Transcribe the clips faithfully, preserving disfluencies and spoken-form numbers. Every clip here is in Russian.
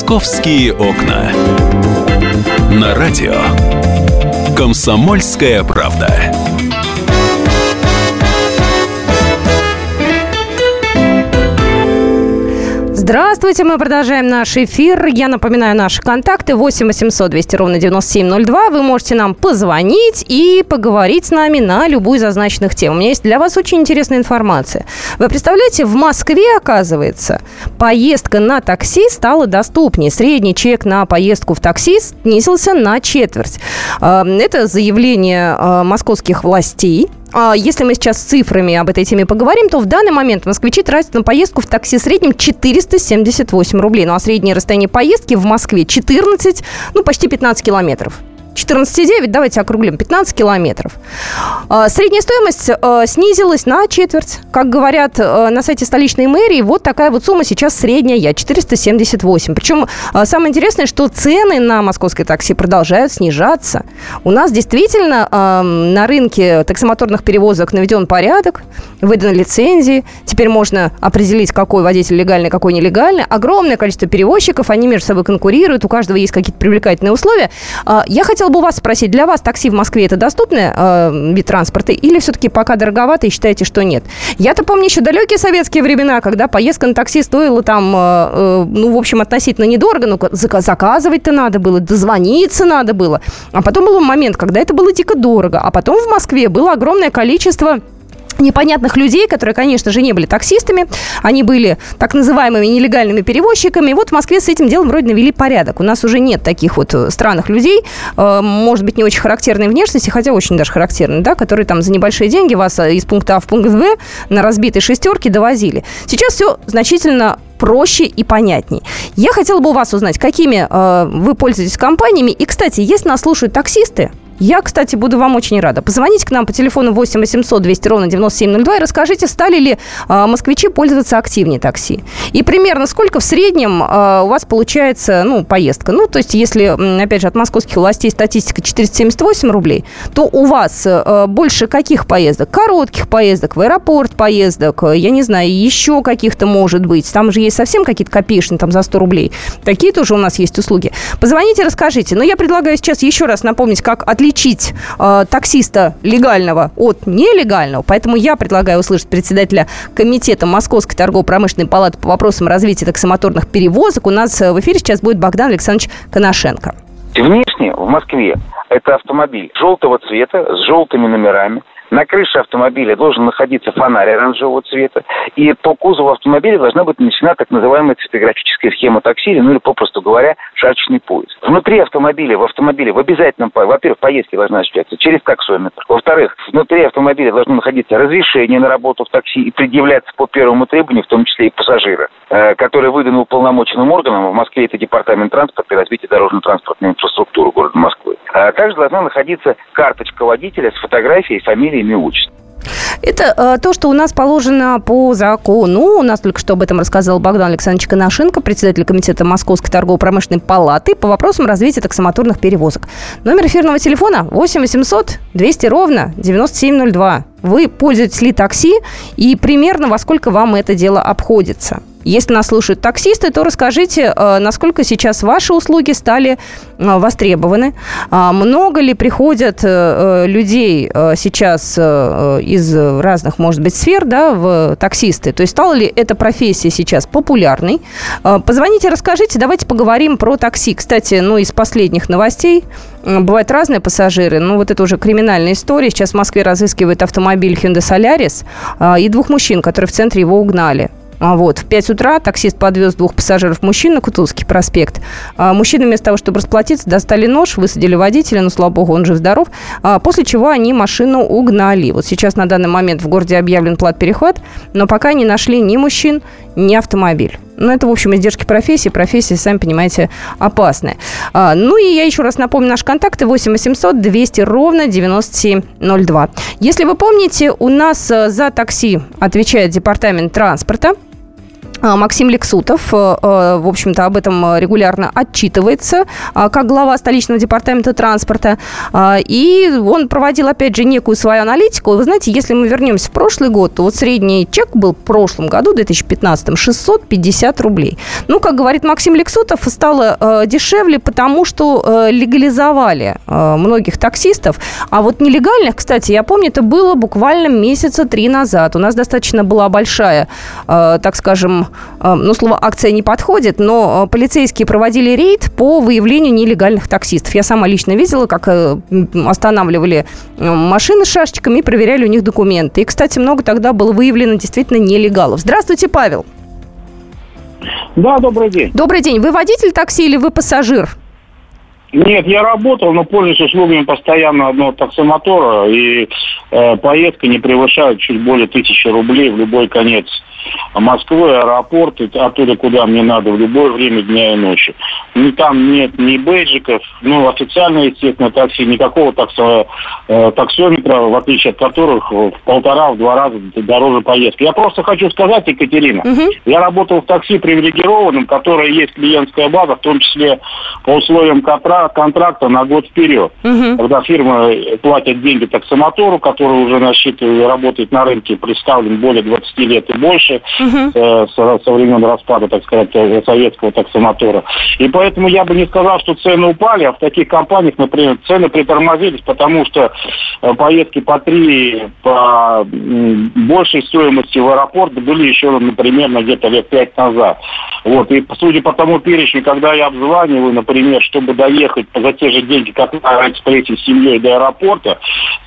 «Московские окна». На радио «Комсомольская правда». Здравствуйте, мы продолжаем наш эфир. Я напоминаю наши контакты: восемь восемьсот двести ровно девяносто семь ноль два. Вы можете нам позвонить и поговорить с нами на любую из означенных тем. У меня есть для вас очень интересная информация. Вы представляете, в Москве, оказывается, поездка на такси стала доступнее. Средний чек на поездку в такси снизился на четверть. Это заявление московских властей. Если мы сейчас с цифрами об этой теме поговорим, то в данный момент москвичи тратят на поездку в такси в среднем четыреста семьдесят восемь рублей. Ну а среднее расстояние поездки в Москве четырнадцать, ну почти пятнадцать километров. четырнадцать целых девять десятых, давайте округлим, пятнадцать километров. Средняя стоимость снизилась на четверть. Как говорят на сайте столичной мэрии, вот такая вот сумма сейчас средняя, четыреста семьдесят восемь. Причем самое интересное, что цены на московское такси продолжают снижаться. У нас действительно на рынке таксомоторных перевозок наведен порядок, выданы лицензии. Теперь можно определить, какой водитель легальный, какой нелегальный. Огромное количество перевозчиков, они между собой конкурируют, у каждого есть какие-то привлекательные условия. Я хотела бы у вас спросить, для вас такси в Москве это доступный э, вид транспорта или все-таки пока дороговато и считаете, что нет? Я-то помню еще далекие советские времена, когда поездка на такси стоила там, э, э, ну, в общем, относительно недорого, но заказывать-то надо было, дозвониться надо было. А потом был момент, когда это было дико дорого. А потом в Москве было огромное количество непонятных людей, которые, конечно же, не были таксистами. Они были так называемыми нелегальными перевозчиками. И вот в Москве с этим делом вроде навели порядок. У нас уже нет таких вот странных людей, э, может быть, не очень характерной внешности, хотя очень даже характерной, да, которые там за небольшие деньги вас из пункта А в пункт Б на разбитой шестерке довозили. Сейчас все значительно проще и понятней. Я хотела бы у вас узнать, какими э, вы пользуетесь компаниями. И, кстати, если нас слушают таксисты, я, кстати, буду вам очень рада. Позвоните к нам по телефону восемь восемьсот двести ровно девяносто семь ноль два и расскажите, стали ли а, москвичи пользоваться активнее такси. И примерно сколько в среднем а, у вас получается, ну, поездка. Ну, то есть, если, опять же, от московских властей статистика четыреста семьдесят восемь рублей, то у вас а, больше каких поездок? Коротких поездок, в аэропорт поездок, я не знаю, еще каких-то, может быть. Там же есть совсем какие-то копеечные, там за сто рублей. Такие тоже у нас есть услуги. Позвоните, расскажите. Но я предлагаю сейчас еще раз напомнить, как отличить отличить э, таксиста легального от нелегального. Поэтому я предлагаю услышать председателя комитета Московской торгово-промышленной палаты по вопросам развития таксомоторных перевозок. У нас в эфире сейчас будет Богдан Александрович Коношенко. Внешне в Москве это автомобиль желтого цвета с желтыми номерами. На крыше автомобиля должен находиться фонарь оранжевого цвета, и по кузову автомобиля должна быть нанесена так называемая цветографическая схема такси, ну или, попросту говоря, шашечный пояс. Внутри автомобиля, в автомобиле в обязательном, во-первых, поездки должна осуществляться через таксометр. Во-вторых, внутри автомобиля должно находиться разрешение на работу в такси и предъявляться по первому требованию, в том числе и пассажира, э, который выдан уполномоченным органом. В Москве это Департамент транспорта и развития дорожно-транспортной инфраструктуры города Москвы. А также должна находиться карточка водителя с фотографией, фамилией, имя, отчество. Это э, то, что у нас положено по закону. У нас только что об этом рассказал Богдан Александрович Коношенко, председатель комитета Московской торгово-промышленной палаты по вопросам развития таксомоторных перевозок. Номер эфирного телефона восемь восемьсот двести ровно девяносто семь ноль два. Вы пользуетесь ли такси и примерно во сколько вам это дело обходится? Если нас слушают таксисты, то расскажите, насколько сейчас ваши услуги стали востребованы. Много ли приходят людей сейчас из разных, может быть, сфер, да, в таксисты? То есть стала ли эта профессия сейчас популярной? Позвоните, расскажите, давайте поговорим про такси. Кстати, ну, из последних новостей бывают разные пассажиры. Ну, вот это уже криминальная история. Сейчас в Москве разыскивают автомобиль Hyundai Solaris и двух мужчин, которые в центре его угнали. А вот, в пять утра таксист подвез двух пассажиров мужчин на Кутузовский проспект. А, мужчины вместо того, чтобы расплатиться, достали нож, высадили водителя, ну, слава богу, он жив-здоров, а, после чего они машину угнали. Вот сейчас на данный момент в городе объявлен плат-перехват, но пока не нашли ни мужчин, ни автомобиль. Ну, это, в общем, издержки профессии. Профессия, сами понимаете, опасная. А, ну, и я еще раз напомню наши контакты. восемь восемьсот двести ровно девяносто семь ноль два. Если вы помните, у нас за такси отвечает департамент транспорта. Максим Лексутов, в общем-то, об этом регулярно отчитывается, как глава столичного департамента транспорта. И он проводил, опять же, некую свою аналитику. И вы знаете, если мы вернемся в прошлый год, то вот средний чек был в прошлом году, в две тысячи пятнадцатом, шестьсот пятьдесят рублей. Ну, как говорит Максим Лексутов, стало дешевле, потому что легализовали многих таксистов. А вот нелегальных, кстати, я помню, это было буквально месяца три назад. У нас достаточно была большая, так скажем, ну, слово «акция» не подходит, но полицейские проводили рейд по выявлению нелегальных таксистов. Я сама лично видела, как останавливали машины с шашечками и проверяли у них документы. И, кстати, много тогда было выявлено действительно нелегалов. Здравствуйте, Павел. Да, добрый день. Добрый день. Вы водитель такси или вы пассажир? Нет, я работал, но пользуюсь услугами постоянно одного таксомотора, и э, поездка не превышает чуть более тысячи рублей в любой конец Москвы, аэропорт, и оттуда, куда мне надо, в любое время дня и ночи. Ни там нет ни бейджиков, ну, официально, естественно, такси, никакого таксо, э, таксометра, в отличие от которых в полтора-два раза дороже поездки. Я просто хочу сказать, Екатерина, угу. я работал в такси привилегированном, которое есть клиентская база, в том числе по условиям контракта, контракта на год вперед. Угу. Когда фирма платит деньги таксомотору, который уже насчитывает, работает на рынке, представлен более двадцати лет и больше, угу. э, со, со времен распада, так сказать, советского таксомотора. И поэтому я бы не сказал, что цены упали, а в таких компаниях, например, цены притормозились, потому что э, поездки по три, по м, большей стоимости в аэропорт были еще, например, на где-то лет пять назад. Вот. И судя по тому перечню, когда я обзваниваю, например, чтобы доехать за те же деньги, как на Аэроэкспрессе с семьей до аэропорта,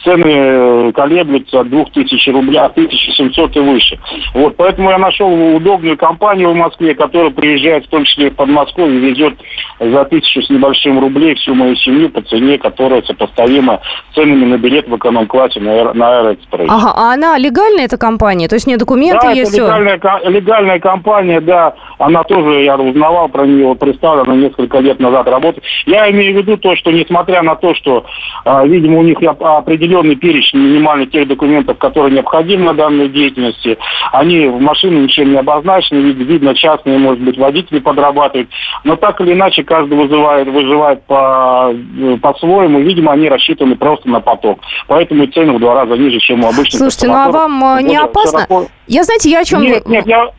цены колеблются от двух тысяч рублей, от тысячи семисот и выше. Вот, поэтому я нашел удобную компанию в Москве, которая приезжает в том числе в Подмосковье и везет за тысячу с небольшим рублей всю мою семью по цене, которая сопоставима с ценами на билет в эконом-классе на, на Аэроэкспрессе. Ага, а она легальная, эта компания? То есть у нее документы да, есть? Да, это легальная, легальная компания, да. Она тоже, я узнавал про нее, представлена несколько лет назад работает. Я имею в виду то, что несмотря на то, что, э, видимо, у них определенный перечень минимальный тех документов, которые необходимы на данной деятельности, они в машине ничем не обозначены, видно, частные, может быть, водители подрабатывают, но так или иначе каждый вызывает, выживает по, по-своему, видимо, они рассчитаны просто на поток, поэтому и цены в два раза ниже, чем у обычных. Слушайте, ну а вам не опасно? Широко... Я, знаете, я о чем... Нет, нет, я...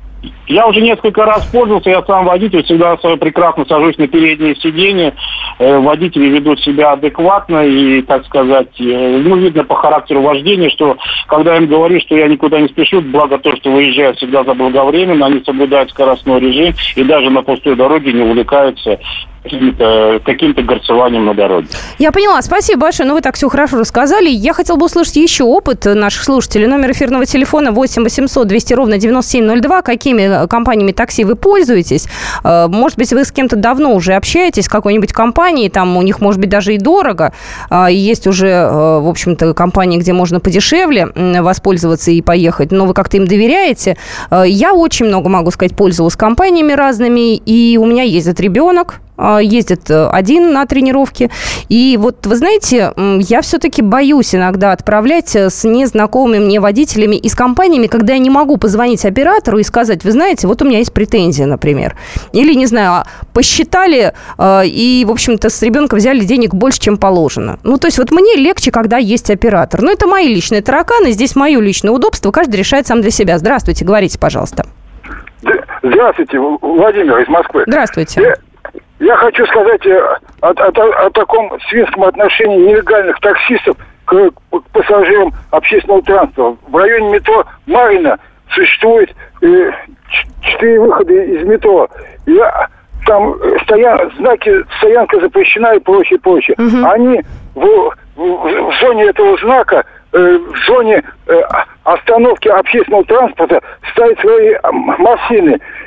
Я уже несколько раз пользовался, я сам водитель, всегда прекрасно сажусь на переднее сиденье. Водители ведут себя адекватно и, так сказать, ну, видно по характеру вождения, что когда им говорю, что я никуда не спешу, благо то, что выезжаю всегда заблаговременно, они соблюдают скоростной режим и даже на пустой дороге не увлекаются каким-то, каким-то горцеванием на дороге. Я поняла. Спасибо большое. Ну, вы так все хорошо рассказали. Я хотела бы услышать еще опыт наших слушателей. Номер эфирного телефона восемь восемьсот двести ровно девяносто семь ноль два. Какими компаниями такси вы пользуетесь? Может быть, вы с кем-то давно уже общаетесь, с какой-нибудь компанией, там у них, может быть, даже и дорого. Есть уже, в общем-то, компании, где можно подешевле воспользоваться и поехать, но вы как-то им доверяете. Я очень много, могу сказать, пользовалась компаниями разными, и у меня ездит ребенок, ездит один на тренировки. И вот, вы знаете, я все-таки боюсь иногда отправлять с незнакомыми мне водителями и с компаниями, когда я не могу позвонить оператору и сказать, вы знаете, вот у меня есть претензия, например. Или, не знаю, посчитали и, в общем-то, с ребенка взяли денег больше, чем положено. Ну, то есть вот мне легче, когда есть оператор. Но это мои личные тараканы, здесь мое личное удобство, каждый решает сам для себя. Здравствуйте, говорите, пожалуйста. Здравствуйте, Владимир из Москвы. Здравствуйте. Я хочу сказать о, о, о, о таком свинском отношении нелегальных таксистов к, к пассажирам общественного транспорта. В районе метро Марина существует э, четыре выхода из метро. И, там стоян, знаки «стоянка запрещена» и прочее, прочее. Угу. Они в, в, в зоне этого знака, э, в зоне э, остановки общественного транспорта ставят свои машины.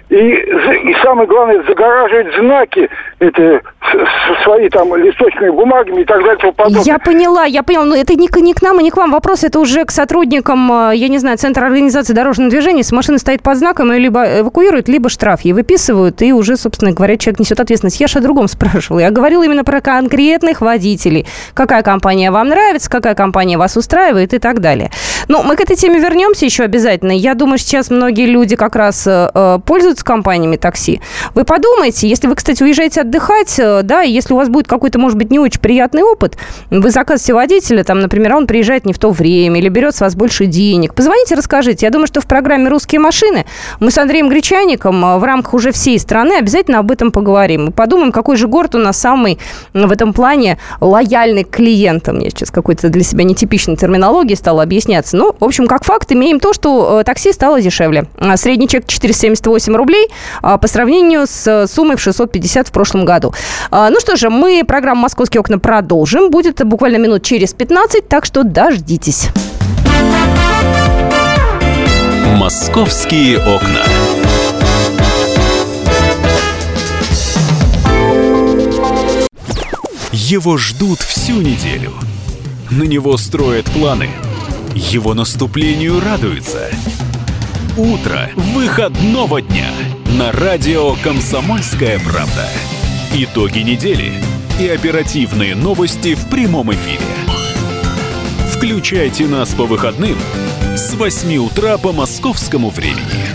и, и самое главное, загораживать знаки, это, с, свои там листочками, бумагами и так далее. И тому подобное. Я поняла, я поняла. Но это не к, не к нам и не к вам вопрос, это уже к сотрудникам, я не знаю, Центра организации дорожного движения. Если машина стоит под знаком, ее либо эвакуируют, либо штраф ей выписывают, и уже, собственно говоря, человек несет ответственность. Я же о другом спрашивала. Я говорила именно про конкретных водителей. Какая компания вам нравится, какая компания вас устраивает и так далее. Ну, мы к этой теме вернемся еще обязательно. Я думаю, сейчас многие люди как раз э, пользуются компаниями такси. Вы подумайте, если вы, кстати, уезжаете отдыхать, э, да, и если у вас будет какой-то, может быть, не очень приятный опыт, вы заказываете водителя, там, например, он приезжает не в то время или берет с вас больше денег. Позвоните, расскажите. Я думаю, что в программе «Русские машины» мы с Андреем Гречаником в рамках уже всей страны обязательно об этом поговорим. Мы подумаем, какой же город у нас самый в этом плане лояльный к клиентам. Я сейчас какой-то для себя нетипичной терминологией стала объясняться. Ну, в общем, как факт, имеем то, что такси стало дешевле. Средний чек четыреста семьдесят восемь рублей по сравнению с суммой в шестьсот пятьдесят в прошлом году. Ну что же, мы программу «Московские окна» продолжим. Будет буквально минут через пятнадцать, так что дождитесь. «Московские окна». Его ждут всю неделю. На него строят планы. Его наступлению радуются. Утро выходного дня на радио «Комсомольская правда». Итоги недели и оперативные новости в прямом эфире. Включайте нас по выходным с восьми утра по московскому времени.